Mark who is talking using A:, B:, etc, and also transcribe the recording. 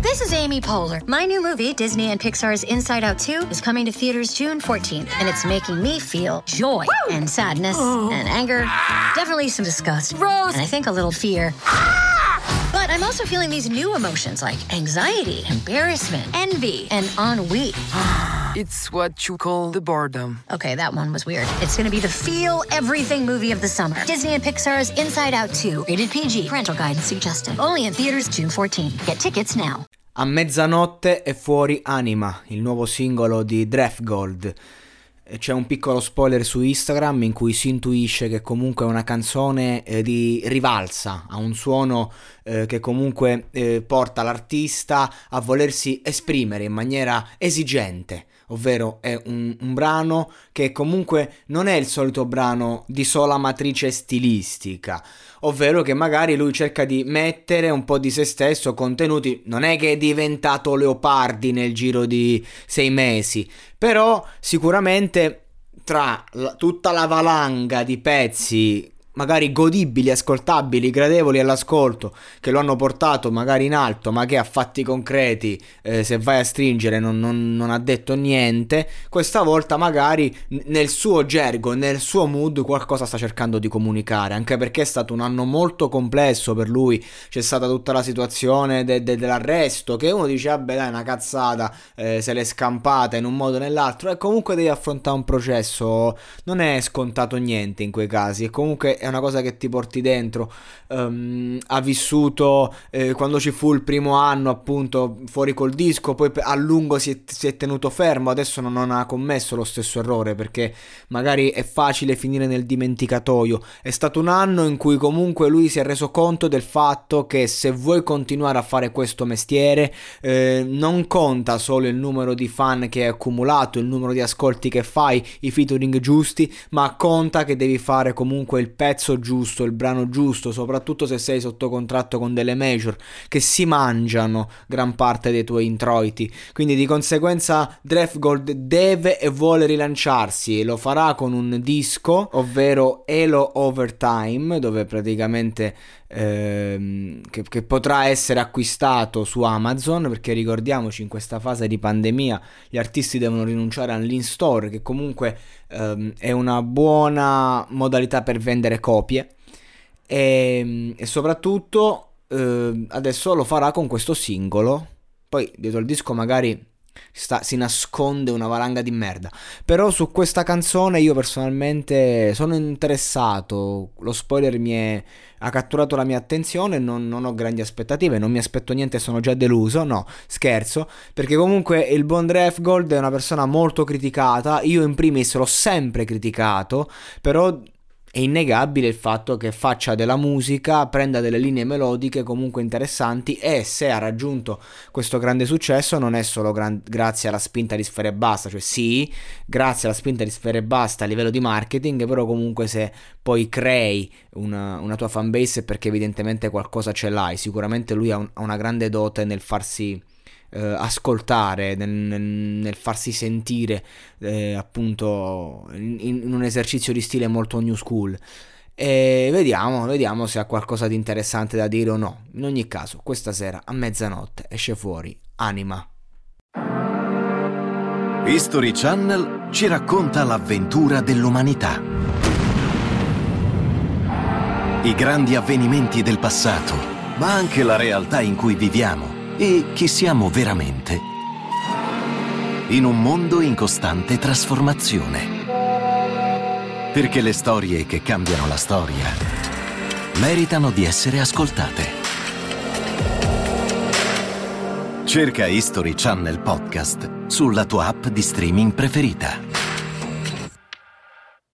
A: This is Amy Poehler. My new movie, Disney and Pixar's Inside Out 2, is coming to theaters June 14th, and it's making me feel joy and sadness and anger, definitely some disgust, and I think a little fear. But I'm also feeling these new emotions like anxiety, embarrassment, envy, and ennui.
B: It's what you call the boredom.
A: Okay, that one was weird. It's gonna be the feel everything movie of the summer. Disney and Pixar's Inside Out 2, rated PG, parental guidance suggested. Only in theaters June 14th. Get tickets now.
C: A mezzanotte è fuori Anima, il nuovo singolo di Draftgold. C'è un piccolo spoiler su Instagram in cui si intuisce che comunque è una canzone di rivalsa, ha un suono che comunque porta l'artista a volersi esprimere in maniera esigente, ovvero è un brano che comunque non è il solito brano di sola matrice stilistica, ovvero che magari lui cerca di mettere un po' di se stesso, contenuti, non è che è diventato Leopardi nel giro di 6 mesi, però sicuramente tra tutta la valanga di pezzi magari godibili, ascoltabili, gradevoli all'ascolto, che lo hanno portato magari in alto, ma che a fatti concreti, se vai a stringere, non ha detto niente, questa volta magari nel suo gergo, nel suo mood qualcosa sta cercando di comunicare, anche perché è stato un anno molto complesso per lui, c'è stata tutta la situazione dell'arresto, che uno dice vabbè dai, una cazzata, se l'è scampata in un modo o nell'altro, e comunque devi affrontare un processo, non è scontato niente in quei casi, e comunque è una cosa che ti porti dentro. Ha vissuto quando ci fu il primo anno appunto fuori col disco, poi a lungo si è tenuto fermo, adesso non ha commesso lo stesso errore, perché magari è facile finire nel dimenticatoio. È stato un anno in cui comunque lui si è reso conto del fatto che se vuoi continuare a fare questo mestiere non conta solo il numero di fan che hai accumulato, il numero di ascolti che fai, i featuring giusti, ma conta che devi fare comunque il pezzo giusto, il brano giusto, soprattutto se sei sotto contratto con delle major che si mangiano gran parte dei tuoi introiti. Quindi di conseguenza Draftgold deve e vuole rilanciarsi, e lo farà con un disco, ovvero Halo Overtime, dove praticamente che potrà essere acquistato su Amazon, perché ricordiamoci, in questa fase di pandemia gli artisti devono rinunciare all'in-store, che comunque è una buona modalità per vendere copie, e soprattutto adesso lo farà con questo singolo. Poi dietro il disco magari si nasconde una valanga di merda, però su questa canzone io personalmente sono interessato. Lo spoiler ha catturato la mia attenzione, non ho grandi aspettative, non mi aspetto niente, sono già deluso, no, scherzo, perché comunque il buon Draftgold è una persona molto criticata, io in primis l'ho sempre criticato, però è innegabile il fatto che faccia della musica, prenda delle linee melodiche comunque interessanti, e se ha raggiunto questo grande successo non è solo grazie alla spinta di Sfera Ebbasta, cioè sì, grazie alla spinta di Sfera Ebbasta a livello di marketing, però comunque se poi crei una tua fanbase è perché evidentemente qualcosa ce l'hai. Sicuramente lui ha una grande dote nel farsi ascoltare, nel farsi sentire appunto in un esercizio di stile molto new school, e vediamo se ha qualcosa di interessante da dire o no. In ogni caso questa sera a mezzanotte esce fuori Anima.
D: History Channel ci racconta l'avventura dell'umanità, i grandi avvenimenti del passato, ma anche la realtà in cui viviamo e chi siamo veramente, in un mondo in costante trasformazione. Perché le storie che cambiano la storia meritano di essere ascoltate. Cerca History Channel Podcast sulla tua app di streaming preferita.